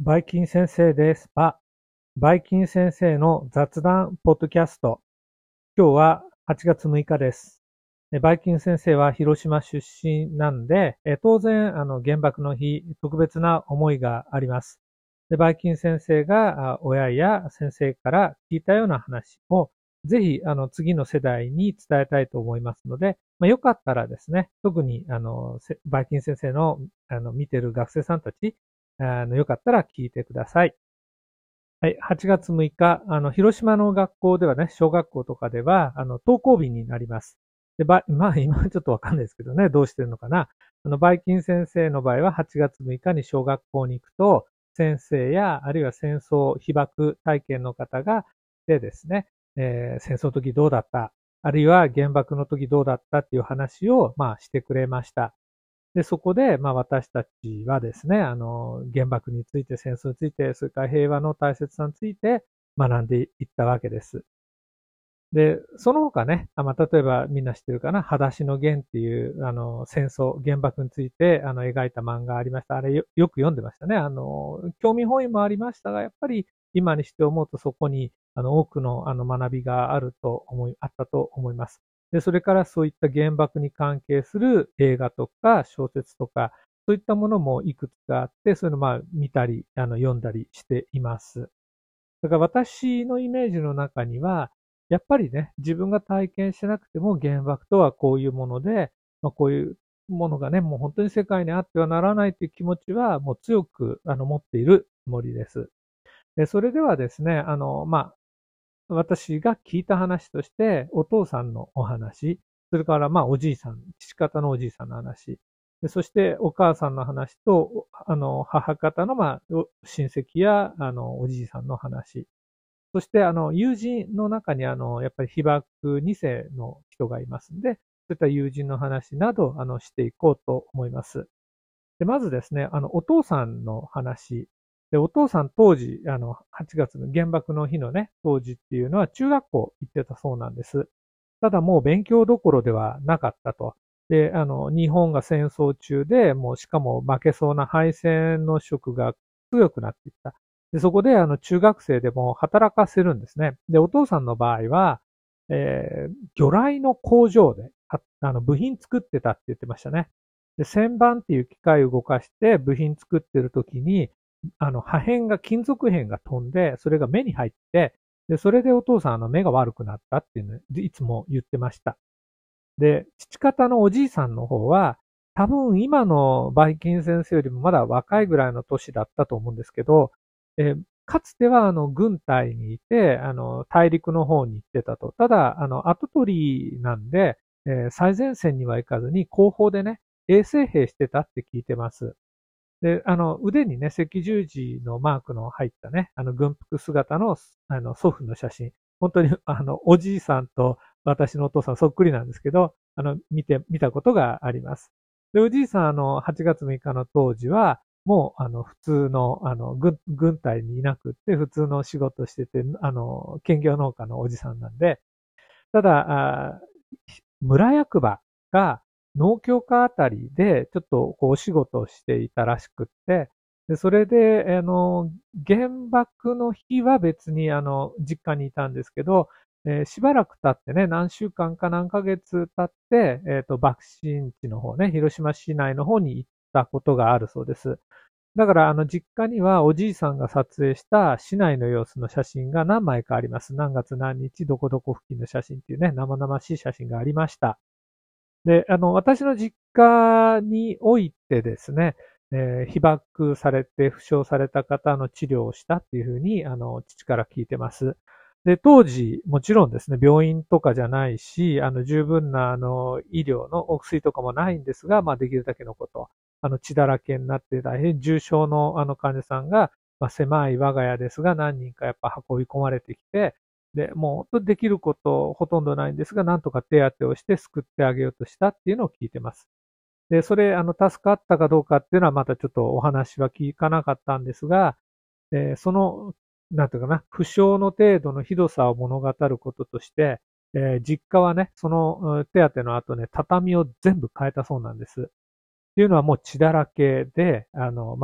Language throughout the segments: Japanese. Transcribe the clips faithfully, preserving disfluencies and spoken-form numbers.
バイキン先生です。バ、バイキン先生の雑談ポッドキャスト。今日ははちがつむいかです。バイキン先生は広島出身なんで、当然、あの、原爆の日、特別な思いがあります。で、バイキン先生が親や先生から聞いたような話を、ぜひ、あの、次の世代に伝えたいと思いますので、まあ、よかったらですね、特に、あの、バイキン先生の、あの、見てる学生さんたち、あの、よかったら聞いてください。はい、はちがつむいか、あの、広島の学校ではね、小学校とかでは、あの、登校日になります。で、ば、まあ、今はちょっとわかんないですけどね、どうしてるのかな。あの、バイキン先生の場合ははちがつむいかに小学校に行くと、先生や、あるいは戦争被爆体験の方が、でですね、えー、戦争の時どうだった、あるいは原爆の時どうだったっていう話を、まあ、してくれました。で、そこで、まあ私たちはですね、あの、原爆について、戦争について、それから平和の大切さについて学んでいったわけです。で、その他ね、あまあ、例えばみんな知ってるかな、裸足の弦っていう、あの、戦争、原爆について、あの、描いた漫画ありました。あれよ、よく読んでましたね。あの、興味本位もありましたが、やっぱり今にして思うとそこに、あの、多くの、あの、学びがあると思い、あったと思います。で、それからそういった原爆に関係する映画とか小説とか、そういったものもいくつかあって、そういうのをまあ見たり、あの、読んだりしています。だから私のイメージの中には、やっぱりね、自分が体験しなくても原爆とはこういうもので、まあ、こういうものがね、もう本当に世界にあってはならないという気持ちはもう強くあの持っているつもりです。で、それではですね、あの、まあ、私が聞いた話として、お父さんのお話、それからまあおじいさん、父方のおじいさんの話、でそしてお母さんの話と、あの、母方のまあ親戚やあのおじいさんの話、そして、あの、友人の中に、あの、やっぱり被爆にせいの人がいますんで、そういった友人の話など、あの、していこうと思います。で、まずですね、あの、お父さんの話。で、お父さん当時、あの、はちがつの原爆の日のね、当時っていうのは中学校行ってたそうなんです。ただもう勉強どころではなかったと。で、あの、日本が戦争中で、もうしかも負けそうな敗戦の色が強くなっていった。で、そこで、あの、中学生でも働かせるんですね。で、お父さんの場合は、えー、魚雷の工場で、ああの、部品作ってたって言ってましたね。で、旋盤っていう機械を動かして部品作ってる時に、あの、破片が、金属片が飛んで、それが目に入って、で、それでお父さん、あの、目が悪くなったっていうのをいつも言ってました。で、父方のおじいさんの方は、多分今のバイキン先生よりもまだ若いぐらいの年だったと思うんですけど、えーかつてはあの軍隊にいて、あの大陸の方に行ってたと。ただ、あの後取りなんで、えー最前線には行かずに後方でね、衛生兵してたって聞いてます。で、あの、腕にね、赤十字のマークの入ったね、あの、軍服姿の、あの、祖父の写真。本当に、あの、おじいさんと私のお父さんそっくりなんですけど、あの、見て、見たことがあります。で、おじいさん、あの、はちがつむいかの当時は、もう、あの、普通の、あの、軍、軍隊にいなくって、普通の仕事してて、あの、兼業農家のおじさんなんで、ただ、あ村役場が農協課あたりでちょっとこうお仕事をしていたらしくって、で、それで、あの、原爆の日は別にあの、実家にいたんですけど、えーしばらく経ってね、何週間か何ヶ月経って、えっと、爆心地の方ね、広島市内の方に行ったことがあるそうです。だから、あの、実家にはおじいさんが撮影した市内の様子の写真が何枚かあります。何月何日、どこどこ付近の写真っていうね、生々しい写真がありました。で、あの、私の実家においてですね、えー被爆されて負傷された方の治療をしたっていうふうに、あの、父から聞いてます。で、当時、もちろんですね、病院とかじゃないし、あの、十分な、あの、医療のお薬とかもないんですが、まあ、できるだけのこと。あの、血だらけになって大変重症の、あの、患者さんが、まあ、狭い我が家ですが、何人かやっぱ運び込まれてきて、で、もうできることほとんどないんですが、なんとか手当てをして救ってあげようとしたっていうのを聞いてます。で、それ、あの、助かったかどうかっていうのはまたちょっとお話は聞かなかったんですが、えーその、なんていうかな、負傷の程度のひどさを物語ることとして、えー実家はね、そのうん手当ての後ね、畳を全部変えたそうなんです。っていうのはもう血だらけで、あの、まあ、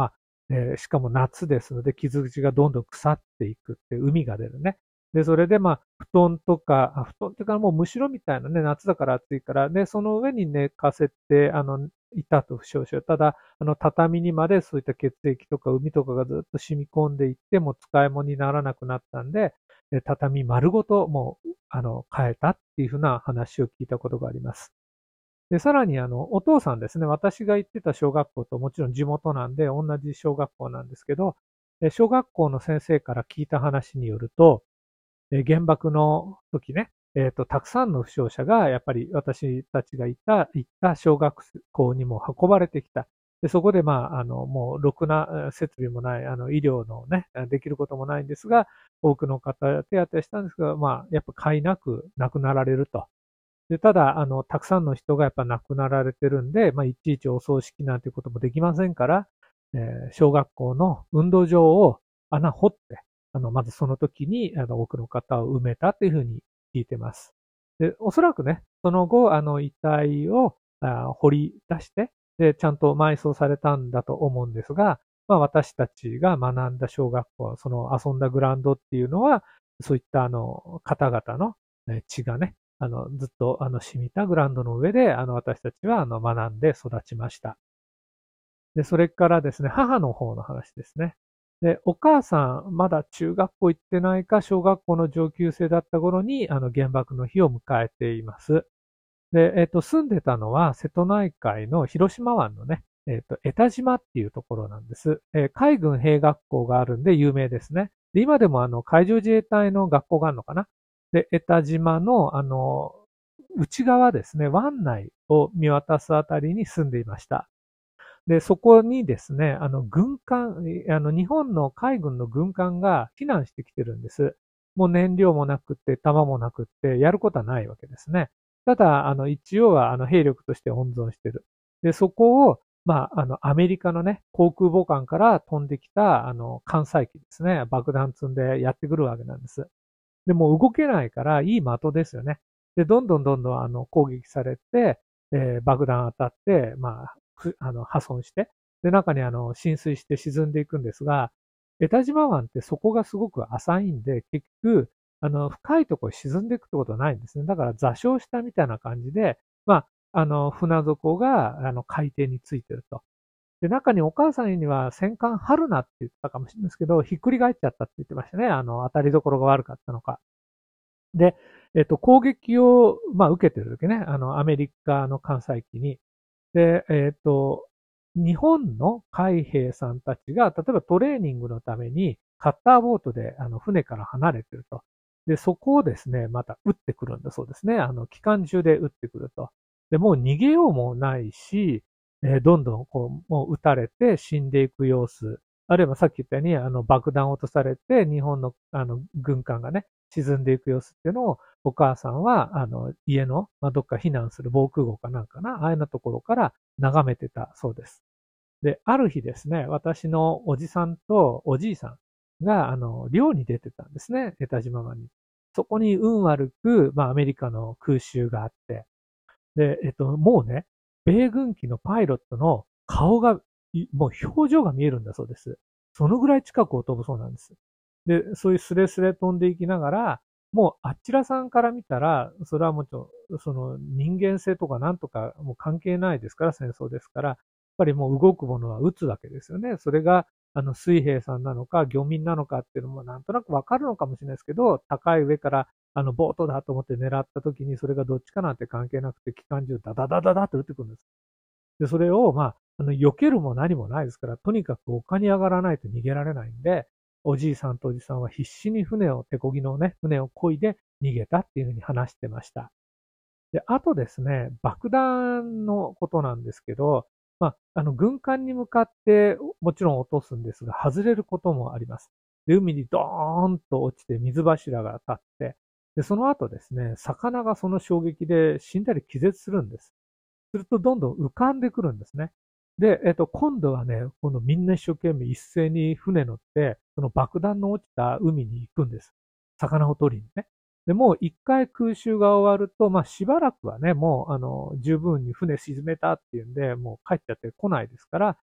えーしかも夏ですので傷口がどんどん腐っていくって海が出るね。で、それでまあ、布団とか、あ布団っていうかもうむしろみたいなね、夏だから暑いから、で、その上に寝かせて、あの、いたと負傷者。ただ、あの、畳にまでそういった血液とか海とかがずっと染み込んでいって、もう使い物にならなくなったんで、で畳丸ごともう、あの、変えたっていうふうな話を聞いたことがあります。で、さらにあの、お父さんですね。私が行ってた小学校ともちろん地元なんで、同じ小学校なんですけど、え小学校の先生から聞いた話によると、え原爆の時ね、えっと、たくさんの負傷者が、やっぱり私たちがいた、行った小学校にも運ばれてきた。で、そこで、まあ、あの、もう、ろくなえ設備もない、あの、医療のね、できることもないんですが、多くの方手当てしたんですが、まあ、やっぱ飼いなく亡くなられると。で、ただ、あの、たくさんの人がやっぱ亡くなられてるんで、まあ、いちいちお葬式なんていうこともできませんから、えー小学校の運動場を穴掘って、あの、まずその時に、あの、多くの方を埋めたというふうに聞いてます。で、おそらくね、その後、あの、遺体をあ掘り出して、で、ちゃんと埋葬されたんだと思うんですが、まあ、私たちが学んだ小学校、その遊んだグラウンドっていうのは、そういったあの、方々のえ血がね、あの、ずっとあの、染みたグラウンドの上で、あの、私たちはあの、学んで育ちました。で、それからですね、母の方の話ですね。で、お母さん、まだ中学校行ってないか、小学校の上級生だった頃に、あの、原爆の日を迎えています。で、えっと、住んでたのは瀬戸内海の広島湾のね、えっと、江田島っていうところなんです。えー海軍兵学校があるんで有名ですね。で、今でもあの、海上自衛隊の学校があるのかな。で、江田島の、あの、内側ですね、湾内を見渡すあたりに住んでいました。で、そこにですね、あの、軍艦、あの、日本の海軍の軍艦が避難してきてるんです。もう燃料もなくって、弾もなくって、やることはないわけですね。ただ、あの、一応は、あの、兵力として温存してる。で、そこを、まあ、あの、アメリカのね、航空母艦から飛んできた、あの、艦載機ですね、爆弾積んでやってくるわけなんです。で、もう動けないから、いい的ですよね。で、どんどんどんどん、あの、攻撃されて、えー爆弾当たって、まあ、くあの、破損して、で、中にあの、浸水して沈んでいくんですが、江田島湾ってそこがすごく浅いんで、結局、あの、深いところに沈んでいくってことはないんですね。だから座礁したみたいな感じで、まあ、あの、船底が、あの、海底についてると。で、中にお母さんには戦艦春菜って言ったかもしれないですけど、ひっくり返っちゃったって言ってましたね。あの、当たりどころが悪かったのか。で、えっと、攻撃を、まあ、受けてる時ね、あの、アメリカの艦載機に、で、えっと、日本の海兵さんたちが、例えばトレーニングのために、カッターボートで、あの、船から離れてると。で、そこをですね、また撃ってくるんだそうですね。あの、機関銃で撃ってくると。で、もう逃げようもないし、えーどんどん、こう、もう撃たれて死んでいく様子。あるいはさっき言ったように、あの、爆弾を落とされて、日本の、あの、軍艦がね、沈んでいく様子っていうのを、お母さんは、あの、家の、まあ、どっか避難する防空壕かなんかな、ああいうようなところから眺めてたそうです。で、ある日ですね、私のおじさんとおじいさんが、あの、漁に出てたんですね、江田島湾に。そこに運悪く、まあ、アメリカの空襲があって、で、えっと、もうね、米軍機のパイロットの顔が、いもう表情が見えるんだそうです。そのぐらい近くを飛ぶそうなんです。で、そういうスレスレ飛んでいきながら、もうあちらさんから見たら、それはもちろん、その人間性とかなんとかもう関係ないですから、戦争ですから、やっぱりもう動くものは撃つわけですよね。それが、あの、水兵さんなのか、漁民なのかっていうのもなんとなくわかるのかもしれないですけど、高い上からあの、ボートだと思って狙った時に、それがどっちかなんて関係なくて、機関銃ダダダダダって撃ってくるんです。で、それを、まあ、あの、避けるも何もないですから、とにかく丘に上がらないと逃げられないんで、おじいさんとおじさんは必死に船を、手漕ぎのね、船を漕いで逃げたっていうふうに話してました。で、あとですね、爆弾のことなんですけど、まあ、あの、軍艦に向かってもちろん落とすんですが、外れることもあります。で、海にドーンと落ちて水柱が立って、で、その後ですね、魚がその衝撃で死んだり気絶するんです。するとどんどん浮かんでくるんですね。で、えっと、今度はね、このみんな一生懸命一斉に船乗って、その爆弾の落ちた海に行くんです。魚を取りにね。で、もう一回空襲が終わると、まあしばらくはね、もうあの、十分に船沈めたっていうんで、もう帰っちゃって来ないですから、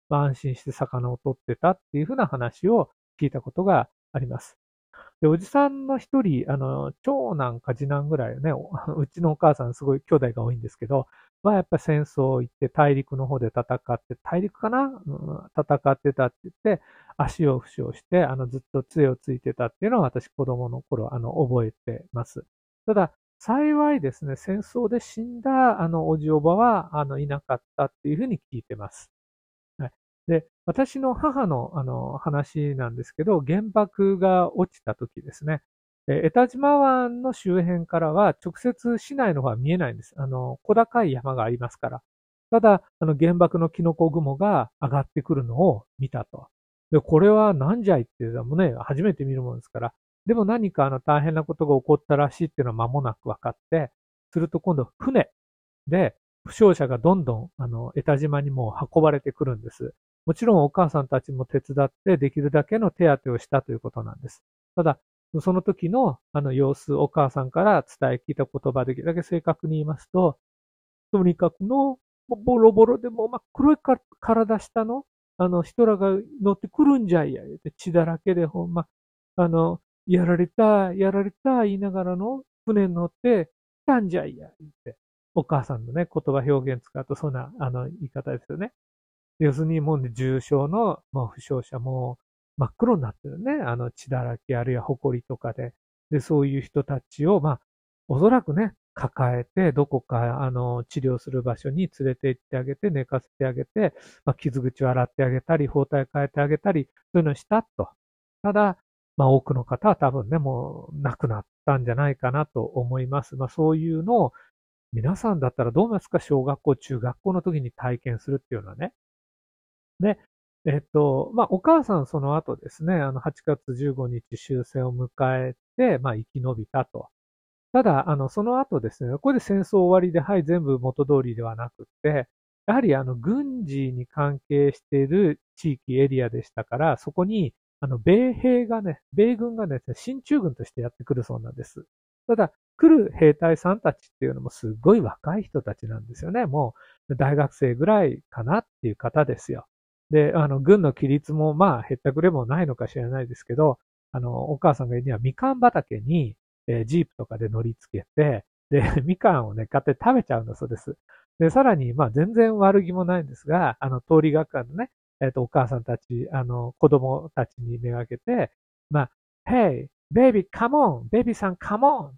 まあ、安心して魚を取ってたっていうふうな話を聞いたことがあります。で、おじさんの一人、あの、長男か次男ぐらいね、うちのお母さんすごい兄弟が多いんですけど、まあやっぱ戦争行って大陸の方で戦って、大陸かな、うん、戦ってたって言って、足を負傷して、あの、ずっと杖をついてたっていうのは私子供の頃、あの、覚えてます。ただ、幸いですね、戦争で死んだ、あの、おじおばは、あの、いなかったっていうふうに聞いてます。はい。で、私の母の、あの、話なんですけど、原爆が落ちた時ですね。え江田島湾の周辺からは直接市内の方は見えないんです。あの、小高い山がありますから。ただ、あの、原爆のキノコ雲が上がってくるのを見たと。で、これは何じゃいっていうのもね、初めて見るものですから。でも何かあの大変なことが起こったらしいっていうのは間もなく分かって、すると今度船で、負傷者がどんどん、あの、江田島にも運ばれてくるんです。もちろんお母さんたちも手伝ってできるだけの手当てをしたということなんです。ただ、その時のあの様子、お母さんから伝え聞いた言葉できるだけ正確に言いますと、とにかくの、もうボロボロでもう真っ黒いか体下の、あの人らが乗ってくるんじゃいや、言って血だらけでほんま、あの、やられた、やられた言いながらの船に乗って来たんじゃいや、言って。お母さんのね、言葉表現使うとそんな、あの、言い方ですよね。要するにもうね、重症の、まあ、負傷者も真っ黒になってるね。あの血だらけ、あるいは埃とかで。で、そういう人たちを、まあ、おそらくね、抱えて、どこか、あの、治療する場所に連れて行ってあげて、寝かせてあげて、まあ、傷口を洗ってあげたり、包帯変えてあげたり、そういうのをしたと。ただ、まあ、多くの方は多分ね、もう亡くなったんじゃないかなと思います。まあ、そういうのを、皆さんだったらどう思いますか？小学校、中学校の時に体験するっていうのはね。で、えっと、まあ、お母さんその後ですね、あの、はちがつじゅうごにち終戦を迎えて、まあ、生き延びたと。ただ、あの、その後ですね、これで戦争終わりで、はい、全部元通りではなくって、やはりあの、軍事に関係している地域エリアでしたから、そこに、あの、米兵がね、米軍がですね、進駐軍としてやってくるそうなんです。ただ、来る兵隊さんたちっていうのもすごい若い人たちなんですよね。もう、大学生ぐらいかなっていう方ですよ。で、あの、軍の規律もまあ、減ったくれもないのか知らないですけど、あの、お母さんが言うには、みかん畑に、えージープとかで乗り付けて、で、みかんをね、買って食べちゃうんだそうです。で、さらに、まあ、全然悪気もないんですが、あの、通りがかりのね、えっと、お母さんたち、あの、子供たちにめがけて、まあ、Hey, baby, come on! ベビーさん、come on! って。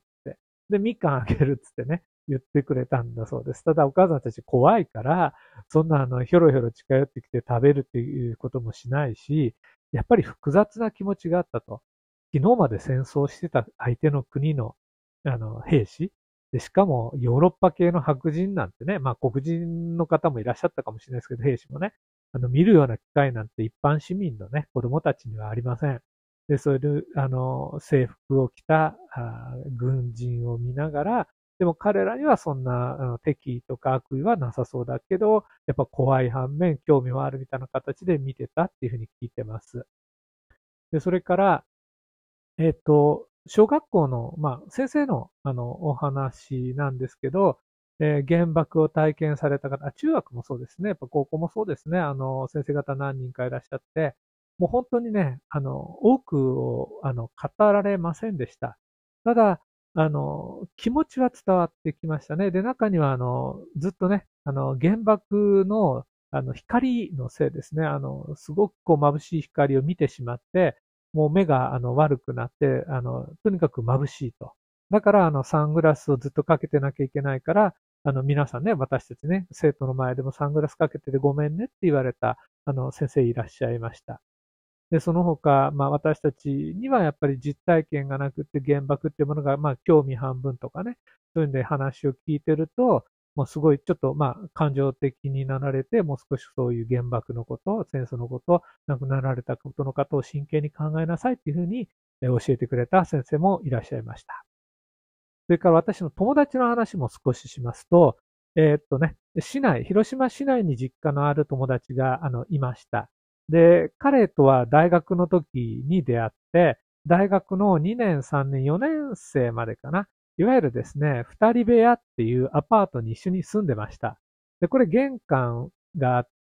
で、みかんあげるっつってね、言ってくれたんだそうです。ただ、お母さんたち怖いから、そんなあの、ひょろひょろ近寄ってきて食べるっていうこともしないし、やっぱり複雑な気持ちがあったと。昨日まで戦争してた相手の国の、あの、兵士で、しかもヨーロッパ系の白人なんてね、まあ黒人の方もいらっしゃったかもしれないですけど、兵士もね、あの、見るような機会なんて一般市民のね、子供たちにはありません。で、そういう、あの、制服を着たあ軍人を見ながら、でも彼らにはそんなあの敵意とか悪意はなさそうだけど、やっぱ怖い反面興味はあるみたいな形で見てたっていうふうに聞いてます。で、それから、えっと、小学校の、まあ、先生の、あの、お話なんですけど、えー原爆を体験された方、あ中学もそうですね。やっぱ高校もそうですね。あの、先生方何人かいらっしゃって、もう本当にね、あの、多くを、あの、語られませんでした。ただ、あの、気持ちは伝わってきましたね。で、中には、あの、ずっとね、あの、原爆の、あの、光のせいですね。あの、すごくこう眩しい光を見てしまって、もう目があの悪くなって、あの、とにかく眩しいと。だから、あの、サングラスをずっとかけてなきゃいけないから、あの、皆さんね、私たちね、生徒の前でもサングラスかけててごめんねって言われた、あの、先生いらっしゃいました。で、その他、まあ私たちにはやっぱり実体験がなくて原爆っていうものが、まあ興味半分とかね、そういうんで話を聞いてると、もうすごいちょっとまあ感情的になられて、もう少しそういう原爆のこと、戦争のこと、亡くなられたことのことを真剣に考えなさいっていうふうに教えてくれた先生もいらっしゃいました。それから私の友達の話も少ししますと、えーっとね、市内、広島市内に実家のある友達が、あの、いました。で、彼とは大学の時に出会って、大学のにねん、さんねん、よねん生までかな。いわゆるですね、二人部屋っていうアパートに一緒に住んでました。で、これ玄関があっ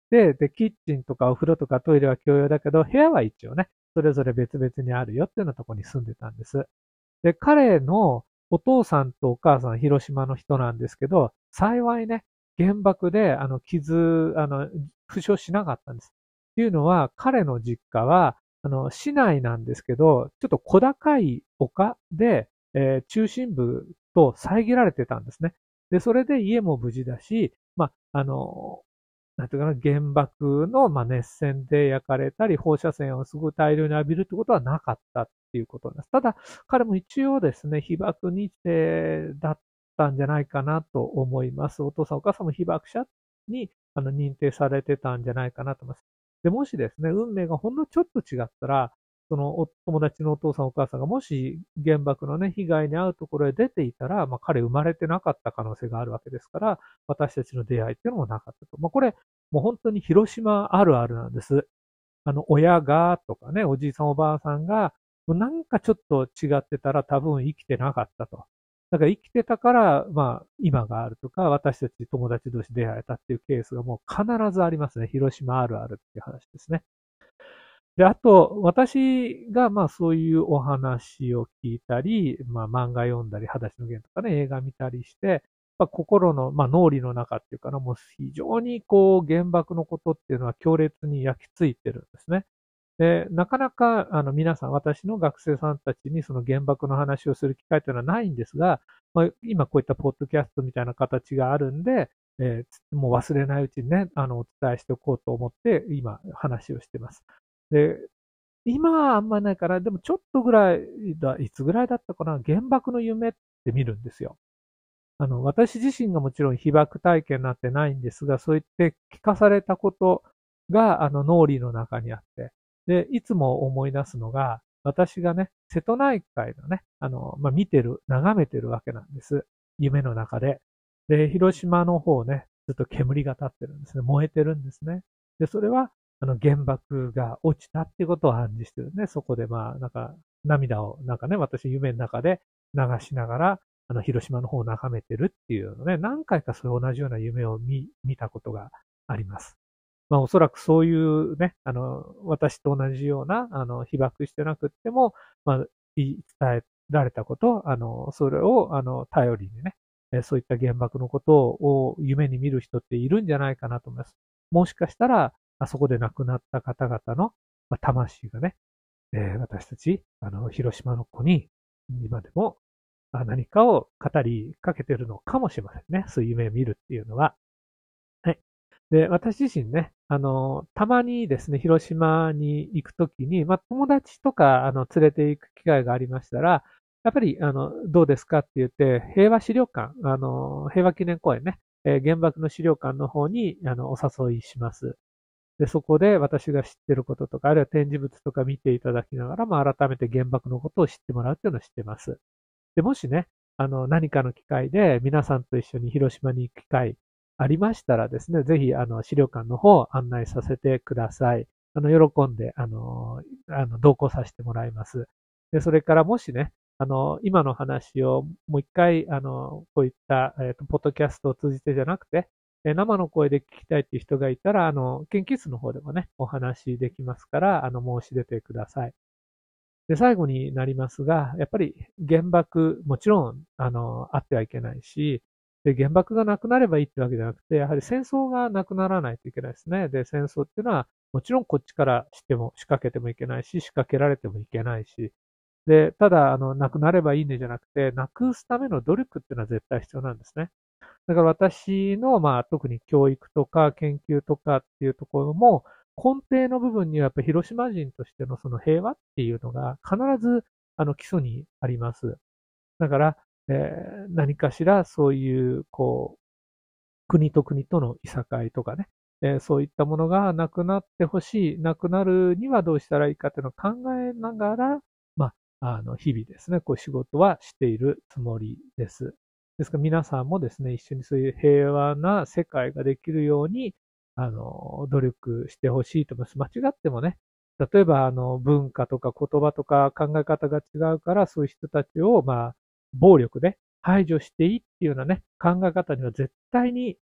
て、で、キッチンとかお風呂とかトイレは共用だけど、部屋は一応ね、それぞれ別々にあるよっていうようなところに住んでたんです。で、彼のお父さんとお母さん、広島の人なんですけど、幸いね、原爆で、あの、傷、あの、負傷しなかったんです。っていうのは、彼の実家は、あの、市内なんですけど、ちょっと小高い丘で、えー中心部と遮られてたんですね。で、それで家も無事だし、まあ、あの、なんていうかな、原爆の、まあ、熱線で焼かれたり、放射線をすごい大量に浴びるってことはなかったっていうことです。ただ、彼も一応ですね、被爆に世だったんじゃないかなと思います。お父さんお母さんも被爆者にあの認定されてたんじゃないかなと思います。で、もしですね、運命がほんのちょっと違ったら、そのお友達のお父さんお母さんがもし原爆のね、被害に遭うところへ出ていたら、まあ彼生まれてなかった可能性があるわけですから、私たちの出会いっていうのもなかったと。まあこれ、もう本当に広島あるあるなんです。あの、親がとかね、おじいさんおばあさんが、なんかちょっと違ってたら多分生きてなかったと。だから生きてたから、まあ、今があるとか、私たち友達同士出会えたっていうケースがもう必ずありますね。広島あるあるっていう話ですね。で、あと、私が、まあ、そういうお話を聞いたり、まあ、漫画読んだり、裸足のゲンとかね、映画見たりして、まあ、心の、まあ、脳裏の中っていうかな、もう非常にこう、原爆のことっていうのは強烈に焼き付いてるんですね。で、なかなか、あの、皆さん、私の学生さんたちにその原爆の話をする機会というのはないんですが、まあ、今こういったポッドキャストみたいな形があるんで、えーもう忘れないうちにね、あの、お伝えしておこうと思って、今、話をしてます。で、今はあんまないから、でもちょっとぐらいだ、いつぐらいだったかな、原爆の夢って見るんですよ。あの、私自身がもちろん被爆体験になってないんですが、そう言って聞かされたことが、あの、脳裏の中にあって、で、いつも思い出すのが、私がね、瀬戸内海のね、あの、まあ、見てる、眺めてるわけなんです。夢の中で。で、広島の方ね、ずっと煙が立ってるんですね。燃えてるんですね。で、それは、あの、原爆が落ちたっていうことを暗示してるね。そこで、まあ、なんか、涙を、なんかね、私夢の中で流しながら、あの、広島の方を眺めてるっていうのね、何回かそういう同じような夢を見、見たことがあります。まあ、おそらくそういうね、あの、私と同じような、あの、被爆してなくっても、まあ、言い伝えられたこと、あの、それを、あの、頼りにね、えそういった原爆のことを夢に見る人っているんじゃないかなと思います。もしかしたら、あそこで亡くなった方々の、まあ、魂がね、えー私たち、あの、広島の子に、今でもあ何かを語りかけてるのかもしれませんね。そういう夢を見るっていうのは。はい。で、私自身ね、あの、たまにですね、広島に行くときに、まあ、友達とか、あの、連れて行く機会がありましたら、やっぱり、あの、どうですかって言って、平和資料館、あの、平和記念公園ね、えー原爆の資料館の方に、あの、お誘いします。で、そこで私が知ってることとか、あるいは展示物とか見ていただきながら、まあ、改めて原爆のことを知ってもらうっていうのを知ってます。で、もしね、あの、何かの機会で皆さんと一緒に広島に行く機会ありましたらですね、ぜひ、あの、資料館の方を案内させてください。あの、喜んで、あの、あの、同行させてもらいます。で、それからもしね、あの、今の話をもう一回、あの、こういった、えっと、ポッドキャストを通じてじゃなくて、え生の声で聞きたいっていう人がいたら、あの、研究室の方でもね、お話できますから、あの、申し出てください。で、最後になりますが、やっぱり原爆、もちろん、あの、あってはいけないし、で、原爆がなくなればいいってわけじゃなくて、やはり戦争がなくならないといけないですね。で、戦争っていうのは、もちろんこっちからしても仕掛けてもいけないし、仕掛けられてもいけないし、で、ただ、あの、なくなればいいねじゃなくて、なくすための努力っていうのは絶対必要なんですね。だから私の、まあ、特に教育とか研究とかっていうところも、根底の部分にはやっぱり広島人としてのその平和っていうのが必ずあの基礎にあります。だから、えー何かしらそういう、こう、国と国とのいさかいとかね、えーそういったものがなくなってほしい、なくなるにはどうしたらいいかっていうのを考えながら、まあ、あの、日々ですね、こう仕事はしているつもりです。ですから皆さんもですね、一緒にそういう平和な世界ができるように、あの、努力してほしいと思います。間違ってもね、例えば、あの、文化とか言葉とか考え方が違うから、そういう人たちを、まあ、暴力で排除していいっていうようなね、考え方には絶対に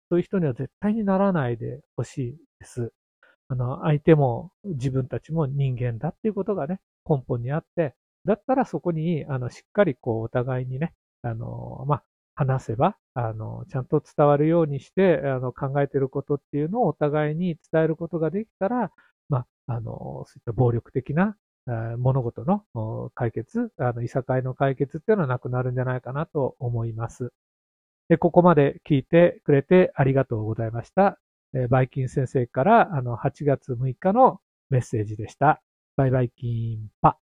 そういう人には絶対にならないでほしいです。あの、相手も自分たちも人間だっていうことがね、根本にあって、だったらそこに、あの、しっかりこう、お互いにね、あの、まあ、話せば、あの、ちゃんと伝わるようにして、あの、考えていることっていうのをお互いに伝えることができたら、まあ、あの、そういった暴力的な、あ物事のお解決、あの、いさかいの解決っていうのはなくなるんじゃないかなと思います。で、ここまで聞いてくれてありがとうございました。えーバイキン先生から、あの、はちがつむいかのメッセージでした。バイバイキンパ。